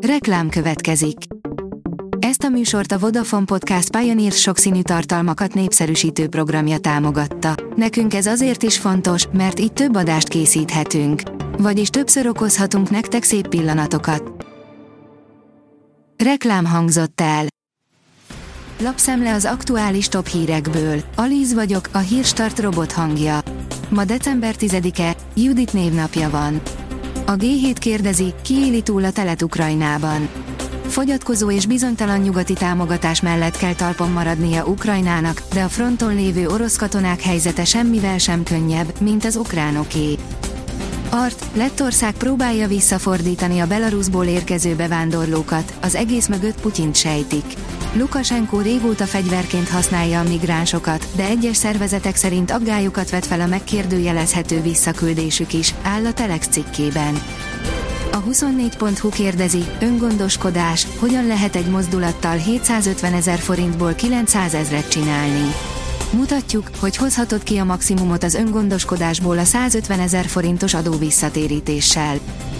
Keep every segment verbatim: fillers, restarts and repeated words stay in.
Reklám következik. Ezt a műsort a Vodafone Podcast Pioneer sokszínű tartalmakat népszerűsítő programja támogatta. Nekünk ez azért is fontos, mert így több adást készíthetünk. Vagyis többször okozhatunk nektek szép pillanatokat. Reklám hangzott el. Lapszemle az aktuális top hírekből. Alíz vagyok, a Hírstart robot hangja. Ma december tizedike, Judit névnapja van. A gé hét kérdezi, ki éli túl a telet Ukrajnában. Fogyatkozó és bizonytalan nyugati támogatás mellett kell talpon maradnia Ukrajnának, de a fronton lévő orosz katonák helyzete semmivel sem könnyebb, mint az ukránoké. Art, Lettország próbálja visszafordítani a Belarusból érkező bevándorlókat, az egész mögött Putyint sejtik. Lukasenko régóta fegyverként használja a migránsokat, de egyes szervezetek szerint aggályokat vet fel a megkérdőjelezhető visszaküldésük is, áll a Telex cikkében. A huszonnégy pont hu kérdezi, öngondoskodás, hogyan lehet egy mozdulattal hétszázötvenezer forintból kilencszázezret csinálni. Mutatjuk, hogy hozhatod ki a maximumot az öngondoskodásból a százötvenezer forintos adó visszatérítéssel.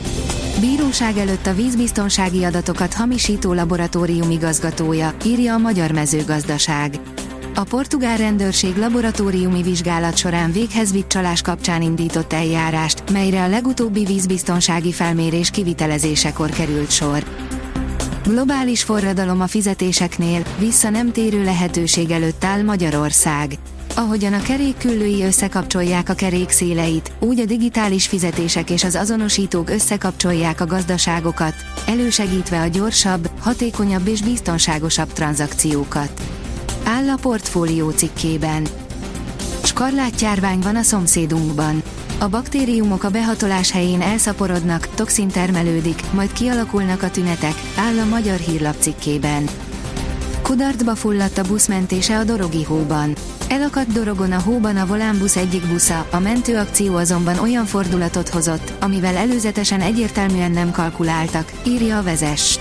Bíróság előtt a vízbiztonsági adatokat hamisító laboratórium igazgatója, írja a Magyar Mezőgazdaság. A portugál rendőrség laboratóriumi vizsgálat során véghez vitt csalás kapcsán indított eljárást, melyre a legutóbbi vízbiztonsági felmérés kivitelezésekor került sor. Globális forradalom a fizetéseknél, vissza nem térő lehetőség előtt áll Magyarország. Ahogyan a kerékküllői összekapcsolják a kerék széleit, úgy a digitális fizetések és az azonosítók összekapcsolják a gazdaságokat, elősegítve a gyorsabb, hatékonyabb és biztonságosabb tranzakciókat. Áll a Portfólió cikkében. Skarlátjárvány van a szomszédunkban. A baktériumok a behatolás helyén elszaporodnak, toxin termelődik, majd kialakulnak a tünetek, áll a Magyar Hírlap cikkében. Kudarcba fulladt a buszmentése a Dorogi hóban. Elakadt Dorogon a hóban a Volánbusz egyik busza, a mentőakció azonban olyan fordulatot hozott, amivel előzetesen egyértelműen nem kalkuláltak, írja a Vezess.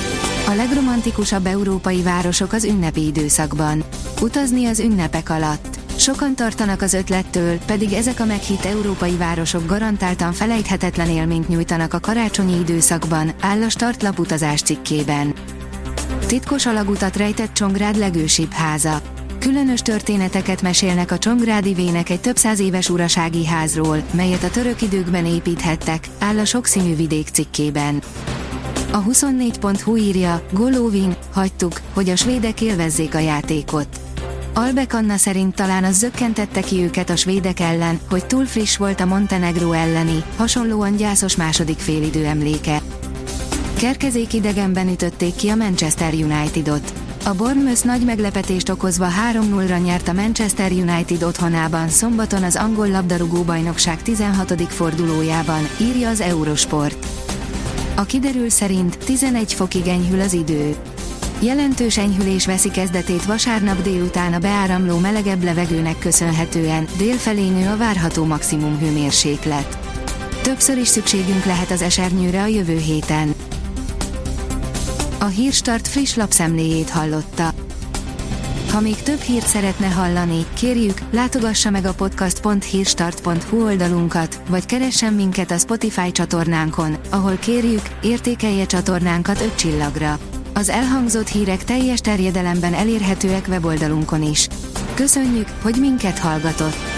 A legromantikusabb európai városok az ünnepi időszakban. Utazni az ünnepek alatt. Sokan tartanak az ötlettől, pedig ezek a meghitt európai városok garantáltan felejthetetlen élményt nyújtanak a karácsonyi időszakban, áll a Startlap utazás cikkében. Titkos alagutat rejtett Csongrád legősibb háza. Különös történeteket mesélnek a csongrádi vének egy több száz éves urasági házról, melyet a török időkben építhettek, áll a Sokszínű vidék cikkében. A huszonnégy pont hu írja, Golovin, hagytuk, hogy a svédek élvezzék a játékot. Albek Anna szerint talán az zökkentette ki őket a svédek ellen, hogy túl friss volt a Montenegró elleni, hasonlóan gyászos második félidő emléke. Kerkezék idegenben ütötték ki a Manchester Unitedot. A Bournemouth nagy meglepetést okozva három nullra nyert a Manchester United otthonában szombaton az angol labdarúgó-bajnokság tizenhatodik fordulójában, írja az Eurosport. A kiderül szerint tizenegy fokig enyhül az idő. Jelentős enyhülés veszi kezdetét vasárnap délután a beáramló melegebb levegőnek köszönhetően, délfelé nő a várható maximum hőmérséklet. Többször is szükségünk lehet az esernyőre a jövő héten. A Hírstart friss lapszemléjét hallotta. Ha még több hírt szeretne hallani, kérjük, látogassa meg a podcast pont hírstart pont hu oldalunkat, vagy keressen minket a Spotify csatornánkon, ahol kérjük, értékelje csatornánkat öt csillagra. Az elhangzott hírek teljes terjedelemben elérhetőek weboldalunkon is. Köszönjük, hogy minket hallgatott!